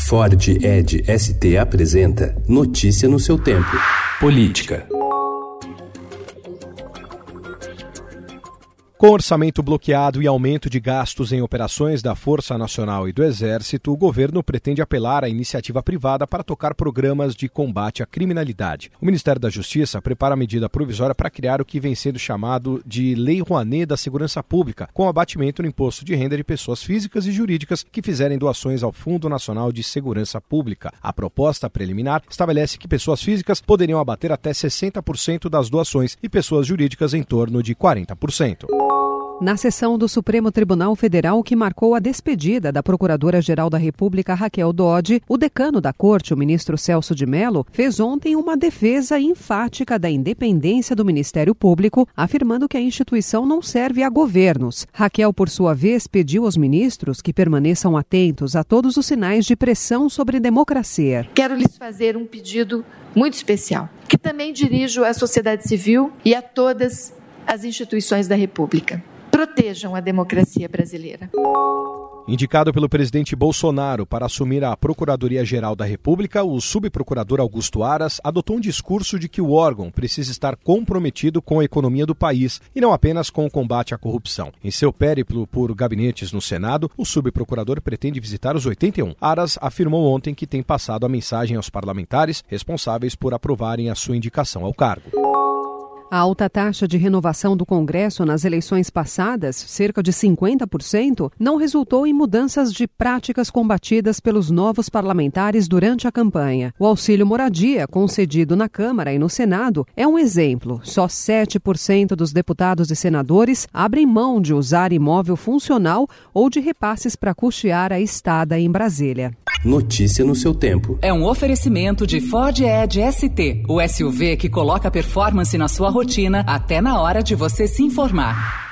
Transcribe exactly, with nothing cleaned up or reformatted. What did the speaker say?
Ford Ed S T apresenta Notícia no seu tempo. Política. Com orçamento bloqueado e aumento de gastos em operações da Força Nacional e do Exército, o governo pretende apelar à iniciativa privada para tocar programas de combate à criminalidade. O Ministério da Justiça prepara a medida provisória para criar o que vem sendo chamado de Lei Rouanet da Segurança Pública, com abatimento no imposto de renda de pessoas físicas e jurídicas que fizerem doações ao Fundo Nacional de Segurança Pública. A proposta preliminar estabelece que pessoas físicas poderiam abater até sessenta por cento das doações e pessoas jurídicas em torno de quarenta por cento. Na sessão do Supremo Tribunal Federal que marcou a despedida da Procuradora-Geral da República, Raquel Dodge, o decano da Corte, o ministro Celso de Mello, fez ontem uma defesa enfática da independência do Ministério Público, afirmando que a instituição não serve a governos. Raquel, por sua vez, pediu aos ministros que permaneçam atentos a todos os sinais de pressão sobre democracia. Quero lhes fazer um pedido muito especial, que também dirijo à sociedade civil e a todas as instituições da República. Protejam a democracia brasileira. Indicado pelo presidente Bolsonaro para assumir a Procuradoria-Geral da República, o subprocurador Augusto Aras adotou um discurso de que o órgão precisa estar comprometido com a economia do país e não apenas com o combate à corrupção. Em seu périplo por gabinetes no Senado, o subprocurador pretende visitar os oitenta e um. Aras afirmou ontem que tem passado a mensagem aos parlamentares responsáveis por aprovarem a sua indicação ao cargo. A alta taxa de renovação do Congresso nas eleições passadas, cerca de cinquenta por cento, não resultou em mudanças de práticas combatidas pelos novos parlamentares durante a campanha. O auxílio moradia, concedido na Câmara e no Senado, é um exemplo. Só sete por cento dos deputados e senadores abrem mão de usar imóvel funcional ou de repasses para custear a estada em Brasília. Notícia no seu tempo. É um oferecimento de Ford Edge S T, o S U V que coloca performance na sua rotina até na hora de você se informar.